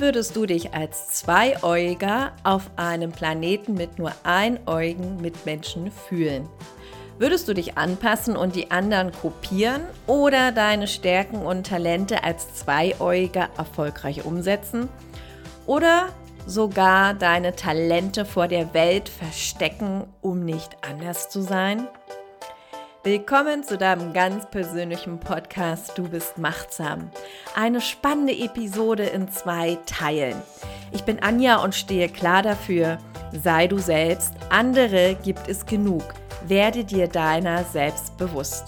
würdest du dich als Zweiäugiger auf einem Planeten mit nur einäugigen Mitmenschen fühlen? Würdest du dich anpassen und die anderen kopieren oder deine Stärken und Talente als Zweiäugiger erfolgreich umsetzen? Oder sogar deine Talente vor der Welt verstecken, um nicht anders zu sein? Willkommen zu deinem ganz persönlichen Podcast Du bist machtsam. Eine spannende Episode in 2 Teilen. Ich bin Anja und stehe klar dafür, sei du selbst, andere gibt es genug. Werde dir deiner selbst bewusst.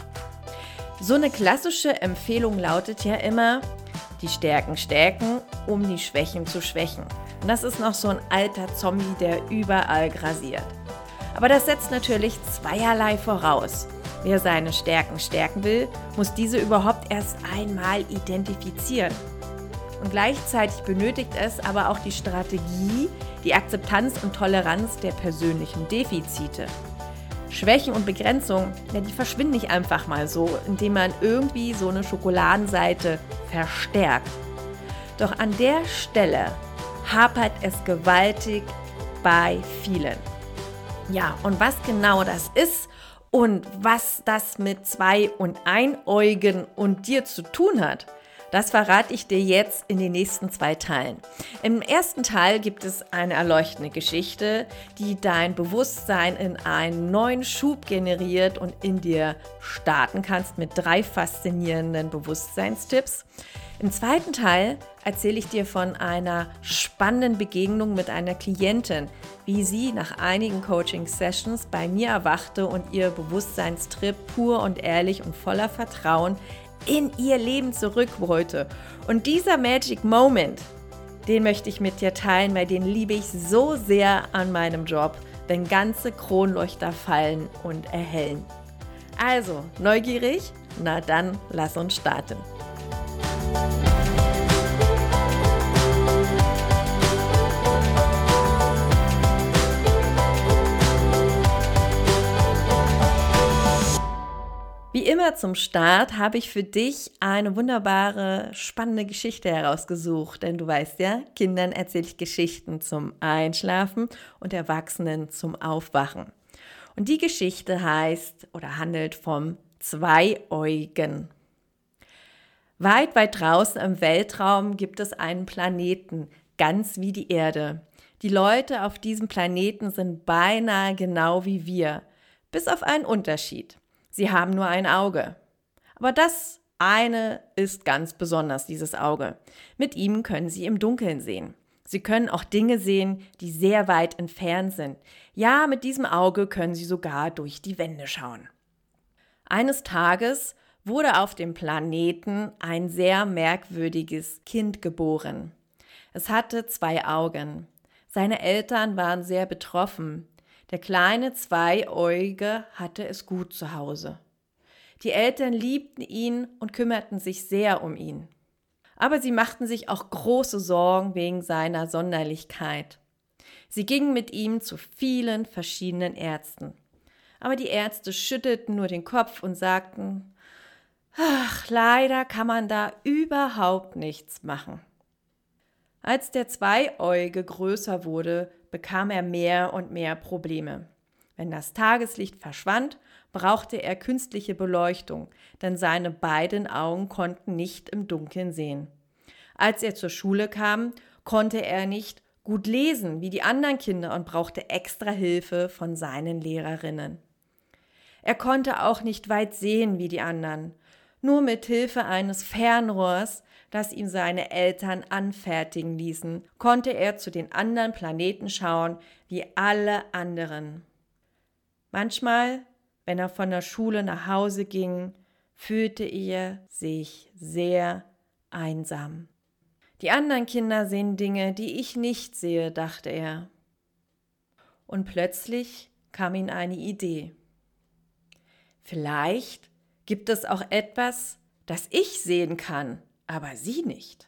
So eine klassische Empfehlung lautet ja immer, die Stärken stärken, um die Schwächen zu schwächen. Und das ist noch so ein alter Zombie, der überall grasiert. Aber das setzt natürlich zweierlei voraus. Wer seine Stärken stärken will, muss diese überhaupt erst einmal identifizieren. Und gleichzeitig benötigt es aber auch die Strategie, die Akzeptanz und Toleranz der persönlichen Defizite. Schwächen und Begrenzungen, die verschwinden nicht einfach mal so, indem man irgendwie so eine Schokoladenseite verstärkt. Doch an der Stelle hapert es gewaltig bei vielen. Ja, und was genau das ist und was das mit Zwei- und Einäugen und dir zu tun hat, das verrate ich dir jetzt in den nächsten 2 Teilen. Im ersten Teil gibt es eine erleuchtende Geschichte, die dein Bewusstsein in einen neuen Schub generiert und in dir starten kannst mit 3 faszinierenden Bewusstseinstipps. Im zweiten Teil erzähle ich dir von einer spannenden Begegnung mit einer Klientin, wie sie nach einigen Coaching-Sessions bei mir erwachte und ihr Bewusstseinstrip pur und ehrlich und voller Vertrauen in ihr Leben zurück wollte. Und dieser Magic Moment, den möchte ich mit dir teilen, weil den liebe ich so sehr an meinem Job, wenn ganze Kronleuchter fallen und erhellen. Also, neugierig? Na dann, lass uns starten. Wie immer zum Start habe ich für dich eine wunderbare, spannende Geschichte herausgesucht, denn du weißt ja, Kindern erzähle ich Geschichten zum Einschlafen und Erwachsenen zum Aufwachen. Und die Geschichte heißt oder handelt vom Zweiäugigen. Weit, weit draußen im Weltraum gibt es einen Planeten, ganz wie die Erde. Die Leute auf diesem Planeten sind beinahe genau wie wir, bis auf einen Unterschied. Sie haben nur ein Auge. Aber das eine ist ganz besonders, dieses Auge. Mit ihm können Sie im Dunkeln sehen. Sie können auch Dinge sehen, die sehr weit entfernt sind. Ja, mit diesem Auge können Sie sogar durch die Wände schauen. Eines Tages wurde auf dem Planeten ein sehr merkwürdiges Kind geboren. Es hatte 2 Augen. Seine Eltern waren sehr betroffen. Der kleine Zweiäugige hatte es gut zu Hause. Die Eltern liebten ihn und kümmerten sich sehr um ihn. Aber sie machten sich auch große Sorgen wegen seiner Sonderlichkeit. Sie gingen mit ihm zu vielen verschiedenen Ärzten. Aber die Ärzte schüttelten nur den Kopf und sagten, ach, leider kann man da überhaupt nichts machen. Als der Zweiäugige größer wurde, bekam er mehr und mehr Probleme. Wenn das Tageslicht verschwand, brauchte er künstliche Beleuchtung, denn seine beiden Augen konnten nicht im Dunkeln sehen. Als er zur Schule kam, konnte er nicht gut lesen wie die anderen Kinder und brauchte extra Hilfe von seinen Lehrerinnen. Er konnte auch nicht weit sehen wie die anderen. Nur mit Hilfe eines Fernrohrs, das ihm seine Eltern anfertigen ließen, konnte er zu den anderen Planeten schauen wie alle anderen. Manchmal, wenn er von der Schule nach Hause ging, fühlte er sich sehr einsam. Die anderen Kinder sehen Dinge, die ich nicht sehe, dachte er. Und plötzlich kam ihm eine Idee. Vielleicht gibt es auch etwas, das ich sehen kann, aber sie nicht.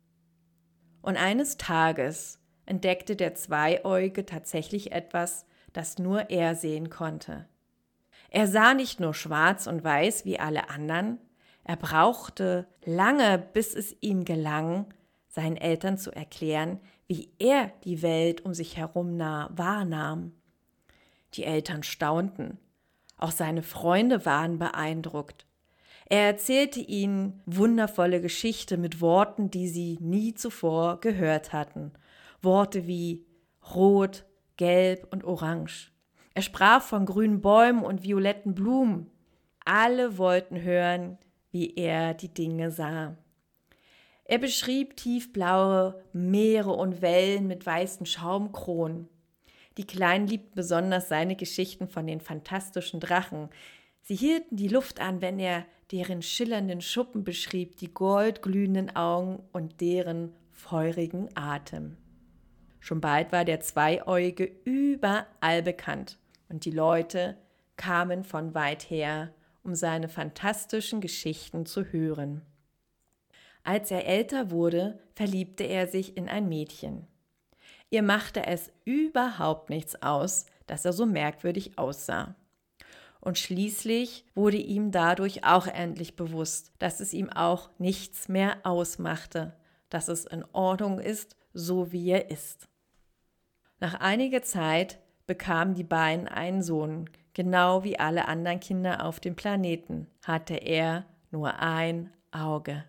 Und eines Tages entdeckte der Zweiäugige tatsächlich etwas, das nur er sehen konnte. Er sah nicht nur schwarz und weiß wie alle anderen, er brauchte lange, bis es ihm gelang, seinen Eltern zu erklären, wie er die Welt um sich herum wahrnahm. Die Eltern staunten. Auch seine Freunde waren beeindruckt. Er erzählte ihnen wundervolle Geschichte mit Worten, die sie nie zuvor gehört hatten. Worte wie Rot, Gelb und Orange. Er sprach von grünen Bäumen und violetten Blumen. Alle wollten hören, wie er die Dinge sah. Er beschrieb tiefblaue Meere und Wellen mit weißen Schaumkronen. Die Kleinen liebten besonders seine Geschichten von den fantastischen Drachen. Sie hielten die Luft an, wenn er deren schillernden Schuppen beschrieb, die goldglühenden Augen und deren feurigen Atem. Schon bald war der Zweiäugige überall bekannt und die Leute kamen von weit her, um seine fantastischen Geschichten zu hören. Als er älter wurde, verliebte er sich in ein Mädchen. Ihr machte es überhaupt nichts aus, dass er so merkwürdig aussah. Und schließlich wurde ihm dadurch auch endlich bewusst, dass es ihm auch nichts mehr ausmachte, dass es in Ordnung ist, so wie er ist. Nach einiger Zeit bekamen die beiden einen Sohn. Genau wie alle anderen Kinder auf dem Planeten hatte er nur ein Auge.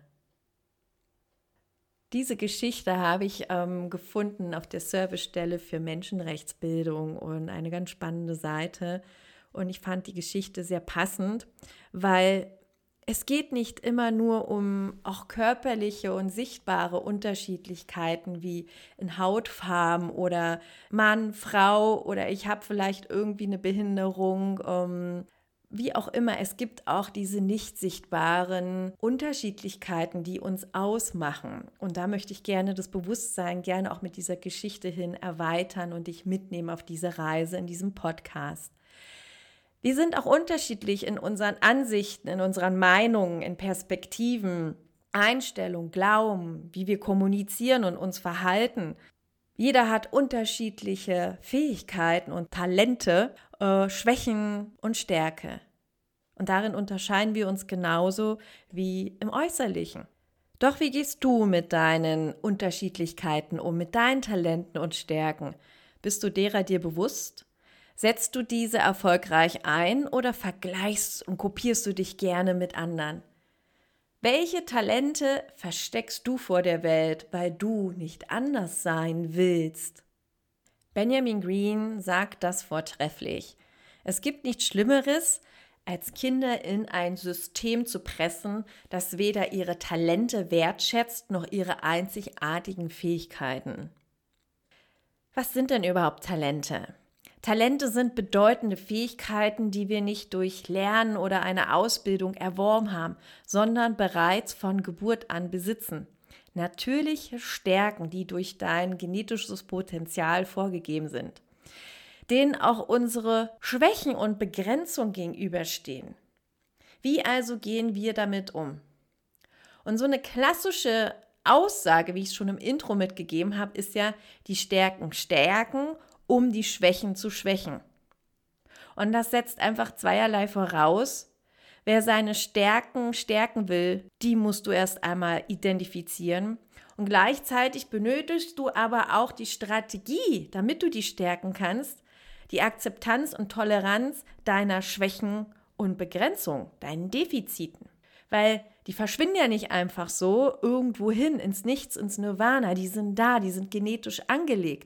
Diese Geschichte habe ich gefunden auf der Servicestelle für Menschenrechtsbildung und eine ganz spannende Seite. Und ich fand die Geschichte sehr passend, weil es geht nicht immer nur um auch körperliche und sichtbare Unterschiedlichkeiten wie in Hautfarben oder Mann, Frau oder ich habe vielleicht irgendwie eine Behinderung. Wie auch immer, es gibt auch diese nicht sichtbaren Unterschiedlichkeiten, die uns ausmachen. Und da möchte ich gerne das Bewusstsein gerne auch mit dieser Geschichte hin erweitern und dich mitnehmen auf diese Reise in diesem Podcast. Wir sind auch unterschiedlich in unseren Ansichten, in unseren Meinungen, in Perspektiven, Einstellung, Glauben, wie wir kommunizieren und uns verhalten. Jeder hat unterschiedliche Fähigkeiten und Talente, Schwächen und Stärke. Und darin unterscheiden wir uns genauso wie im Äußerlichen. Doch wie gehst du mit deinen Unterschiedlichkeiten um, mit deinen Talenten und Stärken? Bist du derer dir bewusst? Setzt du diese erfolgreich ein oder vergleichst und kopierst du dich gerne mit anderen? Welche Talente versteckst du vor der Welt, weil du nicht anders sein willst? Benjamin Green sagt das vortrefflich. Es gibt nichts Schlimmeres, als Kinder in ein System zu pressen, das weder ihre Talente wertschätzt noch ihre einzigartigen Fähigkeiten. Was sind denn überhaupt Talente? Talente sind bedeutende Fähigkeiten, die wir nicht durch Lernen oder eine Ausbildung erworben haben, sondern bereits von Geburt an besitzen. Natürliche Stärken, die durch dein genetisches Potenzial vorgegeben sind, denen auch unsere Schwächen und Begrenzungen gegenüberstehen. Wie also gehen wir damit um? Und so eine klassische Aussage, wie ich es schon im Intro mitgegeben habe, ist ja, die Stärken stärken, um die Schwächen zu schwächen. Und das setzt einfach zweierlei voraus. Wer seine Stärken stärken will, die musst du erst einmal identifizieren. Und gleichzeitig benötigst du aber auch die Strategie, damit du die stärken kannst, die Akzeptanz und Toleranz deiner Schwächen und Begrenzung, deinen Defiziten. Weil die verschwinden ja nicht einfach so irgendwo hin, ins Nichts, ins Nirvana. Die sind da, die sind genetisch angelegt.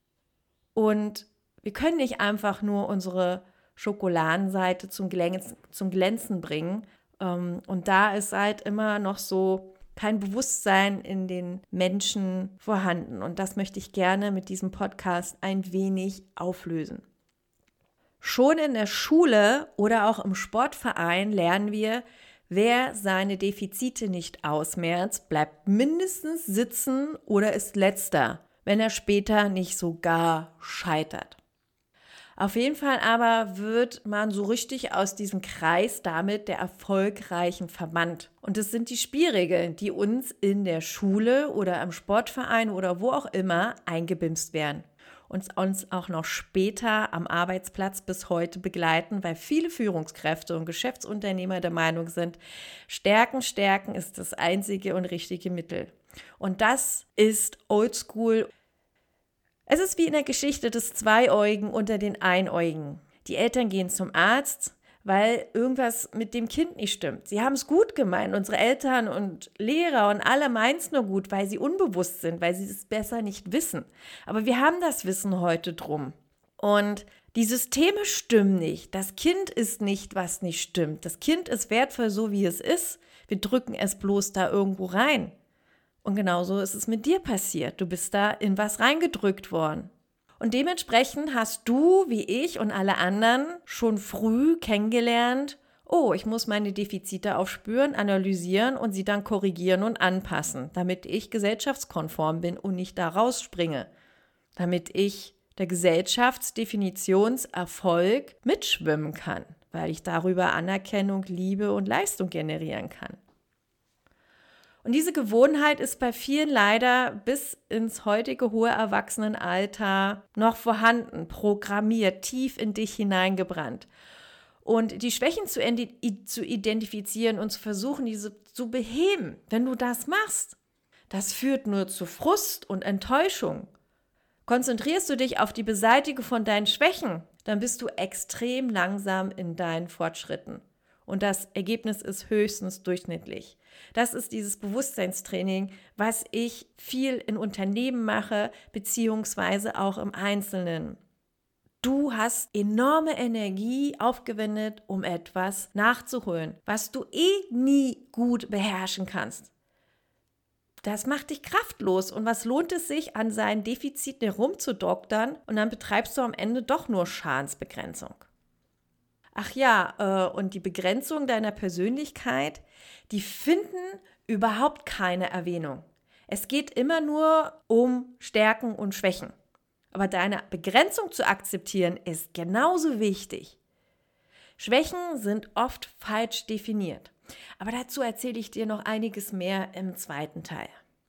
Und wir können nicht einfach nur unsere Schokoladenseite zum Glänzen bringen. Und da ist halt immer noch so kein Bewusstsein in den Menschen vorhanden. Und das möchte ich gerne mit diesem Podcast ein wenig auflösen. Schon in der Schule oder auch im Sportverein lernen wir, wer seine Defizite nicht ausmerzt, bleibt mindestens sitzen oder ist Letzter, wenn er später nicht sogar scheitert. Auf jeden Fall aber wird man so richtig aus diesem Kreis damit der Erfolgreichen verbannt. Und es sind die Spielregeln, die uns in der Schule oder im Sportverein oder wo auch immer eingebimst werden und uns auch noch später am Arbeitsplatz bis heute begleiten, weil viele Führungskräfte und Geschäftsunternehmer der Meinung sind, Stärken ist das einzige und richtige Mittel. Und das ist oldschool. Es ist wie in der Geschichte des Zweiäugigen unter den Einäugigen. Die Eltern gehen zum Arzt, weil irgendwas mit dem Kind nicht stimmt. Sie haben es gut gemeint, unsere Eltern und Lehrer und alle meinen es nur gut, weil sie unbewusst sind, weil sie es besser nicht wissen. Aber wir haben das Wissen heute drum. Und die Systeme stimmen nicht. Das Kind ist nicht, was nicht stimmt. Das Kind ist wertvoll, so wie es ist. Wir drücken es bloß da irgendwo rein. Und genauso ist es mit dir passiert. Du bist da in was reingedrückt worden. Und dementsprechend hast du, wie ich und alle anderen, schon früh kennengelernt, oh, ich muss meine Defizite aufspüren, analysieren und sie dann korrigieren und anpassen, damit ich gesellschaftskonform bin und nicht da rausspringe. Damit ich der Gesellschaftsdefinitionserfolg mitschwimmen kann, weil ich darüber Anerkennung, Liebe und Leistung generieren kann. Und diese Gewohnheit ist bei vielen leider bis ins heutige hohe Erwachsenenalter noch vorhanden, programmiert, tief in dich hineingebrannt. Und die Schwächen zu identifizieren und zu versuchen, diese zu beheben, wenn du das machst, das führt nur zu Frust und Enttäuschung. Konzentrierst du dich auf die Beseitigung von deinen Schwächen, dann bist du extrem langsam in deinen Fortschritten. Und das Ergebnis ist höchstens durchschnittlich. Das ist dieses Bewusstseinstraining, was ich viel in Unternehmen mache, beziehungsweise auch im Einzelnen. Du hast enorme Energie aufgewendet, um etwas nachzuholen, was du nie gut beherrschen kannst. Das macht dich kraftlos. Und was lohnt es sich, an seinen Defiziten herumzudoktern und dann betreibst du am Ende doch nur Schadensbegrenzung? Ach ja, und die Begrenzung deiner Persönlichkeit, die finden überhaupt keine Erwähnung. Es geht immer nur um Stärken und Schwächen. Aber deine Begrenzung zu akzeptieren, ist genauso wichtig. Schwächen sind oft falsch definiert. Aber dazu erzähle ich dir noch einiges mehr im zweiten Teil.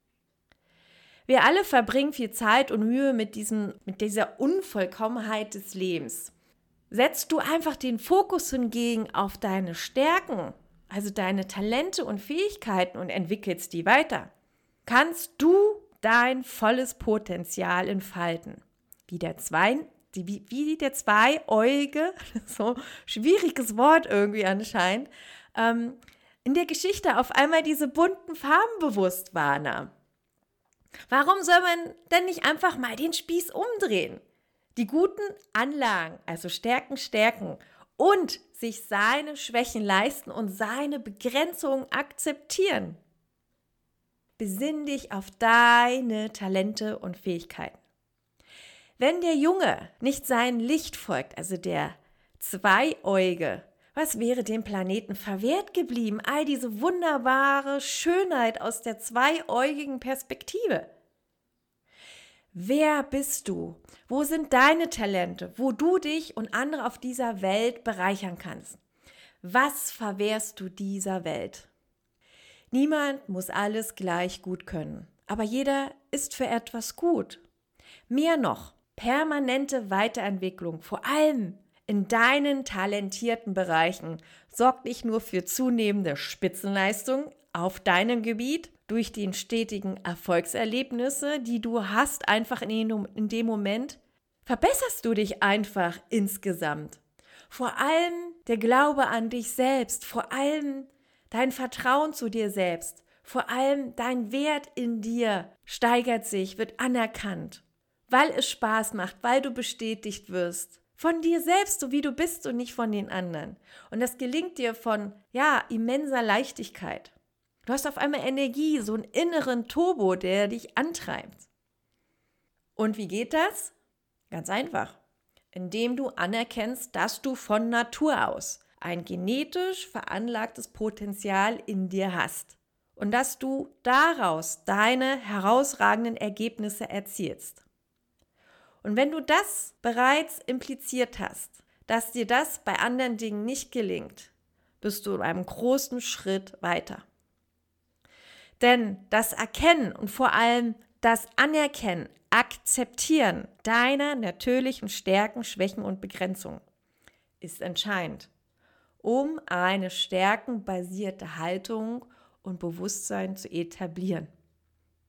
Wir alle verbringen viel Zeit und Mühe mit dieser Unvollkommenheit des Lebens. Setzt du einfach den Fokus hingegen auf deine Stärken, also deine Talente und Fähigkeiten und entwickelst die weiter, kannst du dein volles Potenzial entfalten. Wie der Zweiäugige, so schwieriges Wort irgendwie anscheinend, in der Geschichte auf einmal diese bunten Farben bewusst wahrnahm. Warum soll man denn nicht einfach mal den Spieß umdrehen? Die guten Anlagen, also Stärken stärken und sich seine Schwächen leisten und seine Begrenzungen akzeptieren. Besinn dich auf deine Talente und Fähigkeiten. Wenn der Junge nicht seinem Licht folgt, also der Zweiäugige, was wäre dem Planeten verwehrt geblieben? All diese wunderbare Schönheit aus der zweiäugigen Perspektive. Wer bist du? Wo sind deine Talente, wo du dich und andere auf dieser Welt bereichern kannst? Was verwehrst du dieser Welt? Niemand muss alles gleich gut können, aber jeder ist für etwas gut. Mehr noch, permanente Weiterentwicklung, vor allem in deinen talentierten Bereichen, sorgt nicht nur für zunehmende Spitzenleistung auf deinem Gebiet, durch die stetigen Erfolgserlebnisse, die du hast, einfach in dem Moment, verbesserst du dich einfach insgesamt. Vor allem der Glaube an dich selbst, vor allem dein Vertrauen zu dir selbst, vor allem dein Wert in dir steigert sich, wird anerkannt, weil es Spaß macht, weil du bestätigt wirst. Von dir selbst, so wie du bist und nicht von den anderen. Und das gelingt dir von, immenser Leichtigkeit. Du hast auf einmal Energie, so einen inneren Turbo, der dich antreibt. Und wie geht das? Ganz einfach. Indem du anerkennst, dass du von Natur aus ein genetisch veranlagtes Potenzial in dir hast. Und dass du daraus deine herausragenden Ergebnisse erzielst. Und wenn du das bereits impliziert hast, dass dir das bei anderen Dingen nicht gelingt, bist du einen großen Schritt weiter. Denn das Erkennen und vor allem das Anerkennen, Akzeptieren deiner natürlichen Stärken, Schwächen und Begrenzungen ist entscheidend, um eine stärkenbasierte Haltung und Bewusstsein zu etablieren.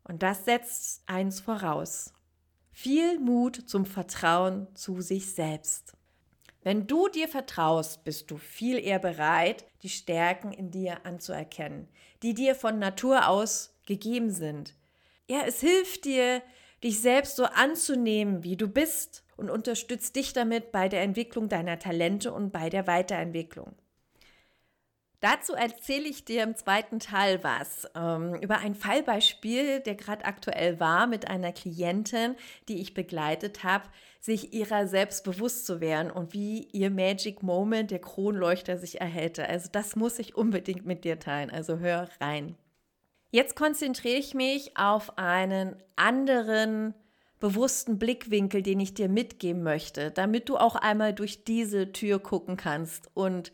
Und das setzt eins voraus: viel Mut zum Vertrauen zu sich selbst. Wenn du dir vertraust, bist du viel eher bereit, die Stärken in dir anzuerkennen, die dir von Natur aus gegeben sind. Ja, es hilft dir, dich selbst so anzunehmen, wie du bist, und unterstützt dich damit bei der Entwicklung deiner Talente und bei der Weiterentwicklung. Dazu erzähle ich dir im zweiten Teil was, über ein Fallbeispiel, der gerade aktuell war, mit einer Klientin, die ich begleitet habe, sich ihrer selbst bewusst zu werden und wie ihr Magic Moment, der Kronleuchter, sich erhellte. Also das muss ich unbedingt mit dir teilen, also hör rein. Jetzt konzentriere ich mich auf einen anderen bewussten Blickwinkel, den ich dir mitgeben möchte, damit du auch einmal durch diese Tür gucken kannst und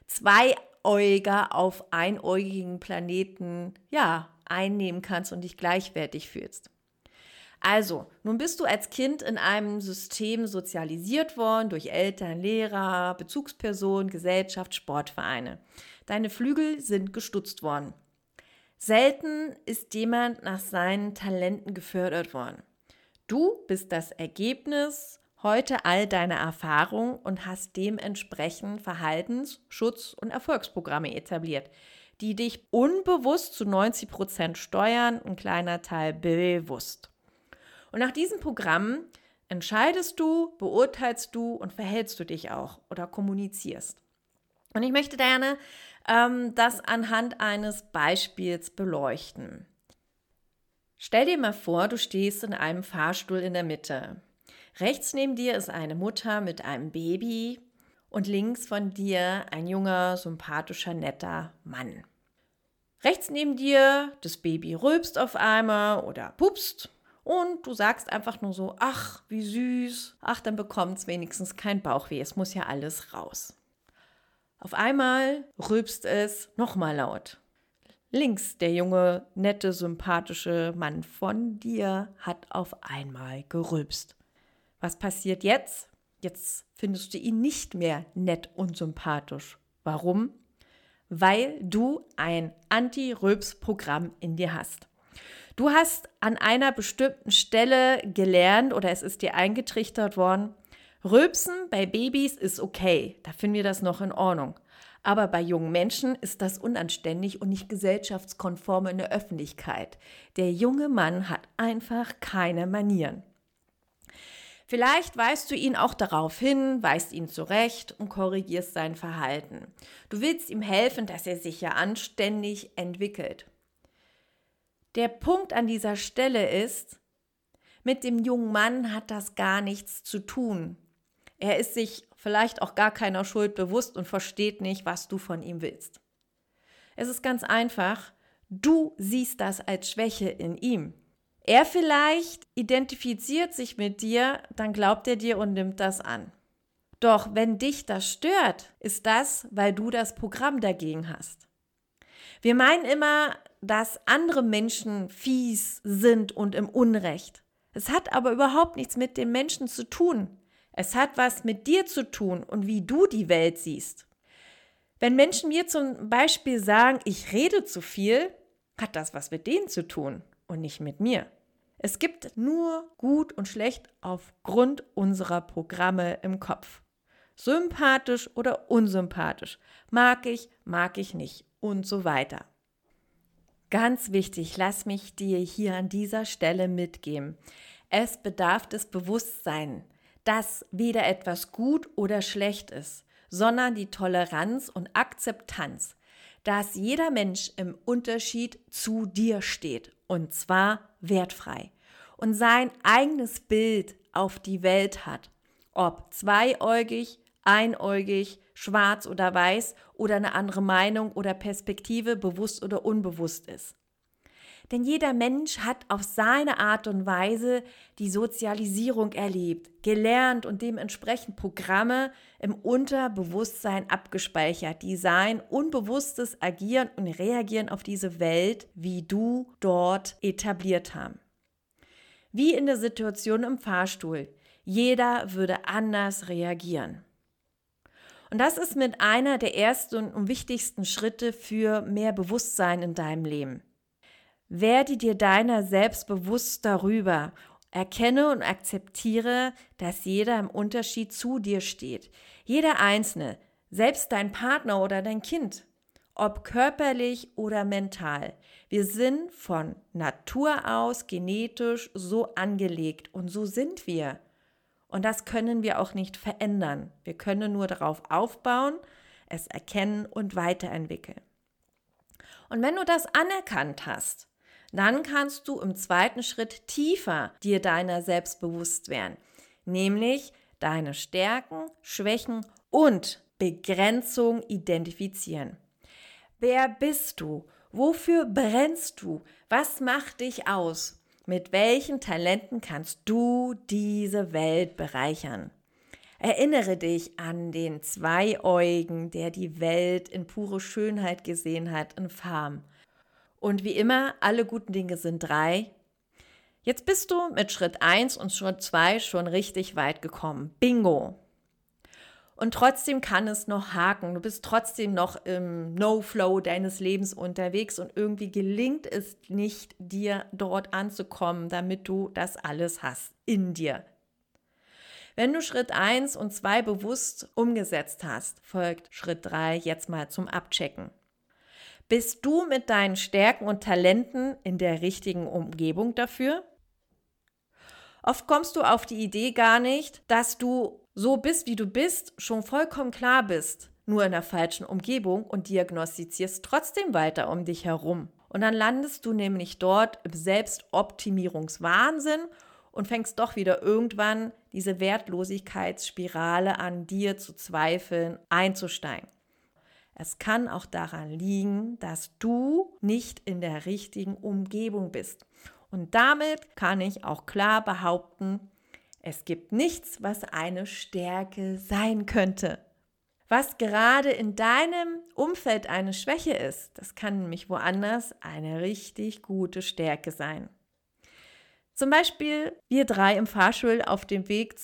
zweiäugiger auf einäugigen Planeten, einnehmen kannst und dich gleichwertig fühlst. Also, nun bist du als Kind in einem System sozialisiert worden durch Eltern, Lehrer, Bezugspersonen, Gesellschaft, Sportvereine. Deine Flügel sind gestutzt worden. Selten ist jemand nach seinen Talenten gefördert worden. Du bist das Ergebnis heute all deiner Erfahrungen und hast dementsprechend Verhaltens-, Schutz- und Erfolgsprogramme etabliert, die dich unbewusst zu 90% steuern, ein kleiner Teil bewusst. Und nach diesen Programmen entscheidest du, beurteilst du und verhältst du dich auch oder kommunizierst. Und ich möchte gerne das anhand eines Beispiels beleuchten. Stell dir mal vor, du stehst in einem Fahrstuhl in der Mitte. Rechts neben dir ist eine Mutter mit einem Baby und links von dir ein junger, sympathischer, netter Mann. Rechts neben dir, das Baby rülpst auf einmal oder pupst und du sagst einfach nur so: ach, wie süß, ach, dann bekommt es wenigstens kein Bauchweh, es muss ja alles raus. Auf einmal rülpst es nochmal laut. Links, der junge, nette, sympathische Mann von dir hat auf einmal gerülpst. Was passiert jetzt? Jetzt findest du ihn nicht mehr nett und sympathisch. Warum? Weil du ein Anti-Rülps-Programm in dir hast. Du hast an einer bestimmten Stelle gelernt oder es ist dir eingetrichtert worden: Rülpsen bei Babys ist okay, da finden wir das noch in Ordnung. Aber bei jungen Menschen ist das unanständig und nicht gesellschaftskonform in der Öffentlichkeit. Der junge Mann hat einfach keine Manieren. Vielleicht weist du ihn auch darauf hin, weist ihn zurecht und korrigierst sein Verhalten. Du willst ihm helfen, dass er sich ja anständig entwickelt. Der Punkt an dieser Stelle ist, mit dem jungen Mann hat das gar nichts zu tun. Er ist sich vielleicht auch gar keiner Schuld bewusst und versteht nicht, was du von ihm willst. Es ist ganz einfach, du siehst das als Schwäche in ihm. Er vielleicht identifiziert sich mit dir, dann glaubt er dir und nimmt das an. Doch wenn dich das stört, ist das, weil du das Programm dagegen hast. Wir meinen immer, dass andere Menschen fies sind und im Unrecht. Es hat aber überhaupt nichts mit dem Menschen zu tun. Es hat was mit dir zu tun und wie du die Welt siehst. Wenn Menschen mir zum Beispiel sagen, ich rede zu viel, hat das was mit denen zu tun und nicht mit mir. Es gibt nur gut und schlecht aufgrund unserer Programme im Kopf. Sympathisch oder unsympathisch, mag ich nicht und so weiter. Ganz wichtig, lass mich dir hier an dieser Stelle mitgeben. Es bedarf des Bewusstseins, dass weder etwas gut oder schlecht ist, sondern die Toleranz und Akzeptanz, dass jeder Mensch im Unterschied zu dir steht, und zwar wertfrei, und sein eigenes Bild auf die Welt hat, ob zweiäugig, einäugig, schwarz oder weiß oder eine andere Meinung oder Perspektive bewusst oder unbewusst ist. Denn jeder Mensch hat auf seine Art und Weise die Sozialisierung erlebt, gelernt und dementsprechend Programme im Unterbewusstsein abgespeichert, die sein unbewusstes Agieren und Reagieren auf diese Welt, wie du dort etabliert haben. Wie in der Situation im Fahrstuhl. Jeder würde anders reagieren. Und das ist mit einer der ersten und wichtigsten Schritte für mehr Bewusstsein in deinem Leben. Werde dir deiner selbst bewusst darüber. Erkenne und akzeptiere, dass jeder im Unterschied zu dir steht. Jeder Einzelne, selbst dein Partner oder dein Kind, ob körperlich oder mental. Wir sind von Natur aus genetisch so angelegt und so sind wir. Und das können wir auch nicht verändern. Wir können nur darauf aufbauen, es erkennen und weiterentwickeln. Und wenn du das anerkannt hast, dann kannst du im zweiten Schritt tiefer dir deiner selbst bewusst werden, nämlich deine Stärken, Schwächen und Begrenzung identifizieren. Wer bist du? Wofür brennst du? Was macht dich aus? Mit welchen Talenten kannst du diese Welt bereichern? Erinnere dich an den Zweiäugigen, der die Welt in pure Schönheit gesehen hat, in Farben. Und wie immer, alle guten Dinge sind 3. Jetzt bist du mit Schritt 1 und Schritt 2 schon richtig weit gekommen. Bingo! Und trotzdem kann es noch haken. Du bist trotzdem noch im No-Flow deines Lebens unterwegs und irgendwie gelingt es nicht, dir dort anzukommen, damit du das alles hast in dir. Wenn du Schritt 1 und 2 bewusst umgesetzt hast, folgt Schritt 3 jetzt mal zum Abchecken. Bist du mit deinen Stärken und Talenten in der richtigen Umgebung dafür? Oft kommst du auf die Idee gar nicht, dass du so bist, wie du bist, schon vollkommen klar bist, nur in der falschen Umgebung und diagnostizierst trotzdem weiter um dich herum. Und dann landest du nämlich dort im Selbstoptimierungswahnsinn und fängst doch wieder irgendwann diese Wertlosigkeitsspirale an dir zu zweifeln, einzusteigen. Es kann auch daran liegen, dass du nicht in der richtigen Umgebung bist. Und damit kann ich auch klar behaupten, es gibt nichts, was eine Stärke sein könnte. Was gerade in deinem Umfeld eine Schwäche ist, das kann nämlich woanders eine richtig gute Stärke sein. Zum Beispiel wir 3 im Fahrstuhl auf dem Weg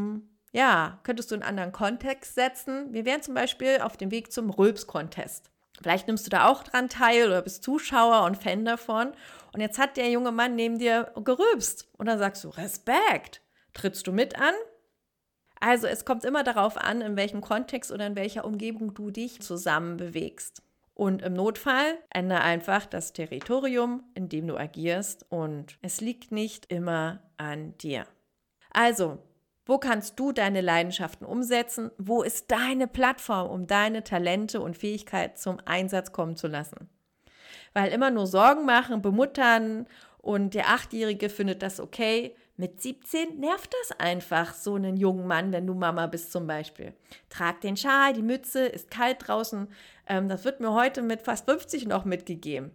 könntest du einen anderen Kontext setzen. Wir wären zum Beispiel auf dem Weg zum Rülps-Contest. Vielleicht nimmst du da auch dran teil oder bist Zuschauer und Fan davon. Und jetzt hat der junge Mann neben dir gerülpst. Und dann sagst du, Respekt. Trittst du mit an? Also es kommt immer darauf an, in welchem Kontext oder in welcher Umgebung du dich zusammen bewegst. Und im Notfall ändere einfach das Territorium, in dem du agierst. Und es liegt nicht immer an dir. Also, wo kannst du deine Leidenschaften umsetzen? Wo ist deine Plattform, um deine Talente und Fähigkeiten zum Einsatz kommen zu lassen? Weil immer nur Sorgen machen, bemuttern und der 8-Jährige findet das okay. Mit 17 nervt das einfach, so einen jungen Mann, wenn du Mama bist zum Beispiel. Trag den Schal, die Mütze, ist kalt draußen. Das wird mir heute mit fast 50 noch mitgegeben.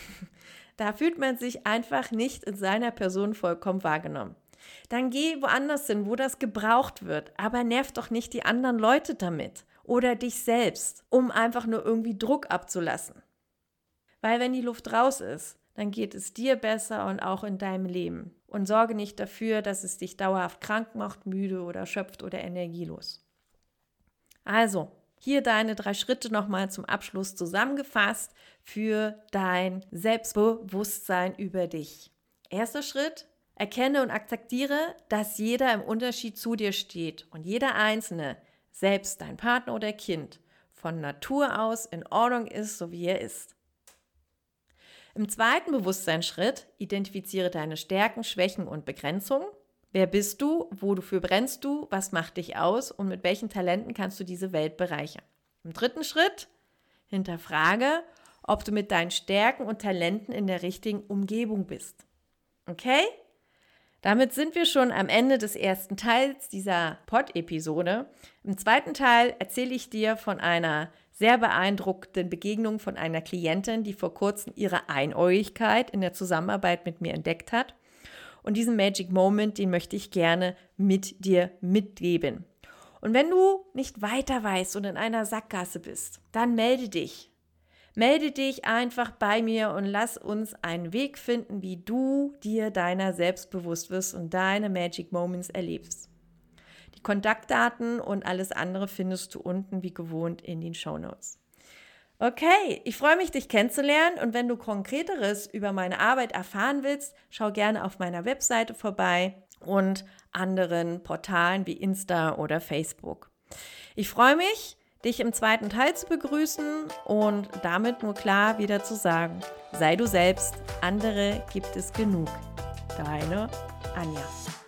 Da fühlt man sich einfach nicht in seiner Person vollkommen wahrgenommen. Dann geh woanders hin, wo das gebraucht wird, aber nerv doch nicht die anderen Leute damit oder dich selbst, um einfach nur irgendwie Druck abzulassen. Weil wenn die Luft raus ist, dann geht es dir besser und auch in deinem Leben. Und sorge nicht dafür, dass es dich dauerhaft krank macht, müde oder erschöpft oder energielos. Also, hier deine 3 Schritte nochmal zum Abschluss zusammengefasst für dein Selbstbewusstsein über dich. Erster Schritt: Erkenne und akzeptiere, dass jeder im Unterschied zu dir steht und jeder Einzelne, selbst dein Partner oder Kind, von Natur aus in Ordnung ist, so wie er ist. Im zweiten Bewusstseinsschritt identifiziere deine Stärken, Schwächen und Begrenzungen. Wer bist du? Wofür brennst du? Was macht dich aus? Und mit welchen Talenten kannst du diese Welt bereichern? Im dritten Schritt hinterfrage, ob du mit deinen Stärken und Talenten in der richtigen Umgebung bist. Okay? Damit sind wir schon am Ende des ersten Teils dieser Pod-Episode. Im zweiten Teil erzähle ich dir von einer sehr beeindruckenden Begegnung von einer Klientin, die vor kurzem ihre Einäugigkeit in der Zusammenarbeit mit mir entdeckt hat. Und diesen Magic Moment, den möchte ich gerne mit dir mitgeben. Und wenn du nicht weiter weißt und in einer Sackgasse bist, dann melde dich. Melde dich einfach bei mir und lass uns einen Weg finden, wie du dir deiner selbst bewusst wirst und deine Magic Moments erlebst. Kontaktdaten und alles andere findest du unten wie gewohnt in den Shownotes. Okay, ich freue mich, dich kennenzulernen, und wenn du Konkreteres über meine Arbeit erfahren willst, schau gerne auf meiner Webseite vorbei und anderen Portalen wie Insta oder Facebook. Ich freue mich, dich im zweiten Teil zu begrüßen und damit nur klar wieder zu sagen: Sei du selbst, andere gibt es genug. Deine Anja.